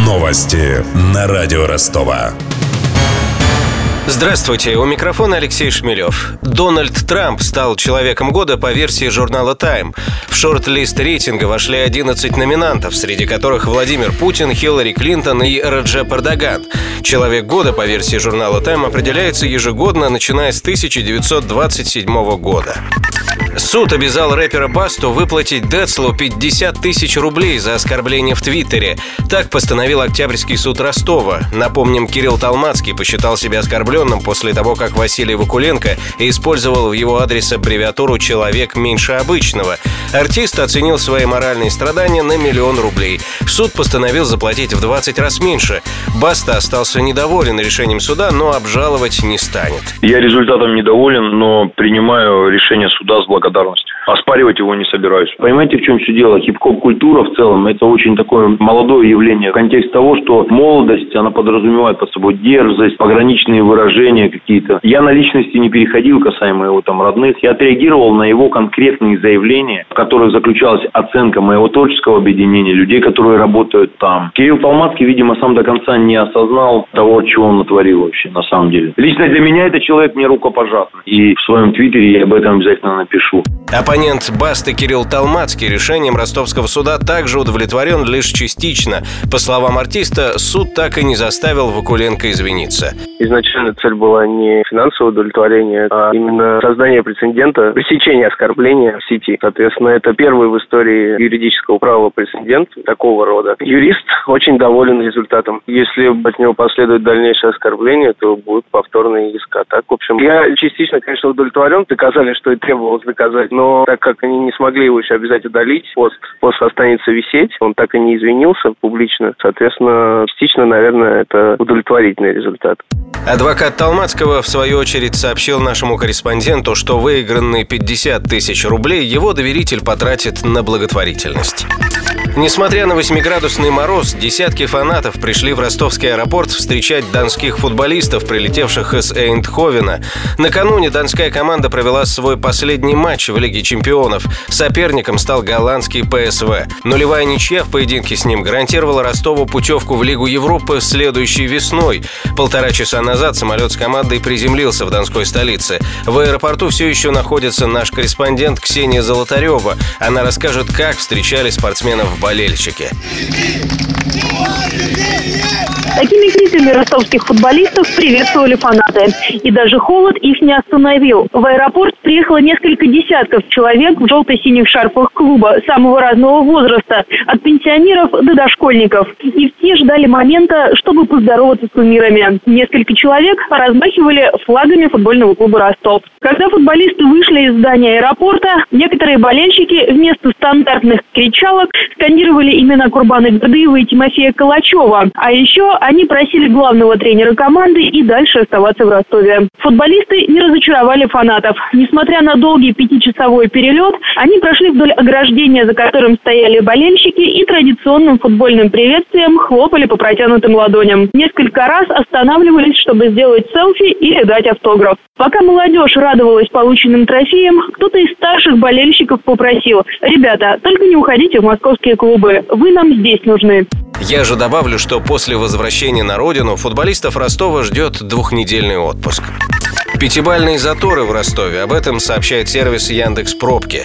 Новости на радио Ростова. Здравствуйте, у микрофона Алексей Шмелев. Дональд Трамп стал человеком года по версии журнала Time. В шорт-лист рейтинга вошли 11 номинантов, среди которых Владимир Путин, Хиллари Клинтон и Реджеп Эрдоган. Человек года по версии журнала Time определяется ежегодно, начиная с 1927 года. Суд обязал рэпера Басту выплатить Децлу 50 тысяч рублей за оскорбление в Твиттере. Так постановил Октябрьский суд Ростова. Напомним, Кирилл Толмацкий посчитал себя оскорбленным после того, как Василий Вакуленко использовал в его адрес аббревиатуру «Человек меньше обычного». Артист оценил свои моральные страдания на 1 000 000 рублей. Суд постановил заплатить в 20 раз меньше. Баста остался недоволен решением суда, но обжаловать не станет. Я результатом недоволен, но принимаю решение суда с благодарностью. Оспаривать его не собираюсь. Понимаете, в чем все дело? Хип-хоп-культура в целом – это очень такое молодое явление. Контекст того, что молодость, она подразумевает под собой дерзость, пограничные выражения какие-то. Я на личности не переходил касаемо его родных. Я отреагировал на его конкретные заявления, в которых заключалась оценка моего творческого объединения, людей, которые работают там. Кирилл Толмацкий, видимо, сам до конца не осознал того, чего он натворил вообще на самом деле. Лично для меня этот человек мне рукопожатный. И в своем твиттере я об этом обязательно напишу. Оппонент Басты Кирилл Толмацкий решением ростовского суда также удовлетворен лишь частично. По словам артиста, суд так и не заставил Вакуленко извиниться. Изначально цель была не финансовое удовлетворение, а именно создание прецедента, пресечение оскорбления в сети. Соответственно, это первый в истории юридического права прецедент такого рода. Юрист очень доволен результатом. Если от него последует дальнейшее оскорбление, то будет повторный иск. А так, в общем, я частично, конечно, удовлетворен. Доказали, что и требовалось доказать. Но так как они не смогли его еще обязать удалить, пост останется висеть. Он так и не извинился публично. Соответственно, частично, наверное, это удовлетворительный результат. Адвокат Толмацкого, в свою очередь, сообщил нашему корреспонденту, что выигранные 50 тысяч рублей его доверитель потратит на благотворительность. Несмотря на 8-градусный мороз, десятки фанатов пришли в ростовский аэропорт встречать донских футболистов, прилетевших из Эйндховена. Накануне донская команда провела свой последний матч в Лиге чемпионов. Соперником стал голландский ПСВ. Нулевая ничья в поединке с ним гарантировала Ростову путевку в Лигу Европы следующей весной. 1,5 часа назад самолет с командой приземлился в донской столице. В аэропорту все еще находится наш корреспондент Ксения Золотарева. Она расскажет, как встречали спортсменов болельщики. Такими криками ростовских футболистов приветствовали фанаты. И даже холод их не остановил. В аэропорт приехало несколько десятков человек в желто-синих шарфах клуба самого разного возраста, от пенсионеров до дошкольников. И все ждали момента, чтобы поздороваться с кумирами. Несколько человек размахивали флагами футбольного клуба «Ростов». Когда футболисты вышли из здания аэропорта, некоторые болельщики вместо стандартных кричалок скандировали имена Курбана Бердыева и Тимофея Калачева. А еще они просили главного тренера команды и дальше оставаться в Ростове. Футболисты не разочаровали фанатов. Несмотря на долгий 5-часовой перелет, они прошли вдоль ограждения, за которым стояли болельщики, и традиционным футбольным приветствием хлопали по протянутым ладоням. Несколько раз останавливались, чтобы сделать селфи или дать автограф. Пока молодежь радовалась полученным трофеям, кто-то из старших болельщиков попросил: «Ребята, только не уходите в московские клубы, вы нам здесь нужны». Я же добавлю, что после возвращения на родину футболистов Ростова ждет 2-недельный отпуск. 5-бальные заторы в Ростове. Об этом сообщает сервис Яндекс.Пробки.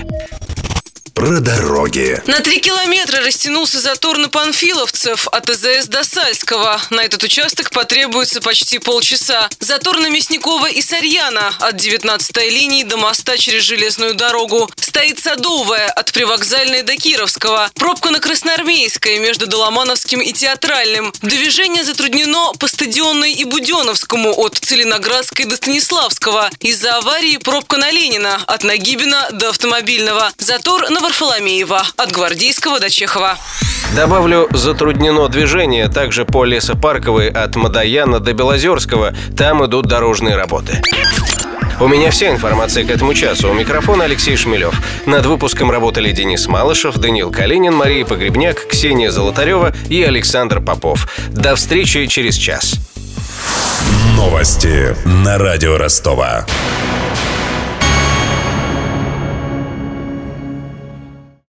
Про дороги. На 3 километра растянулся затор на Панфиловцев от ИЗС до Сальского. На этот участок потребуется почти полчаса. Затор на Мясникова и Сарьяна от 19-й линии до моста через железную дорогу. Стоит Садовая от Привокзальной до Кировского. Пробка на Красноармейской между Доломановским и Театральным. Движение затруднено по Стадионной и Буденновскому от Целиноградской до Станиславского. Из-за аварии пробка на Ленина от Нагибина до Автомобильного. Затор на Варфоломеева от Гвардейского до Чехова. Добавлю, затруднено движение также по Лесопарковой от Мадояна до Белозерского. Там идут дорожные работы. У меня вся информация к этому часу. У микрофона Алексей Шмелев. Над выпуском работали Денис Малышев, Даниил Калинин, Мария Погребняк, Ксения Золотарева и Александр Попов. До встречи через час. Новости на радио Ростова.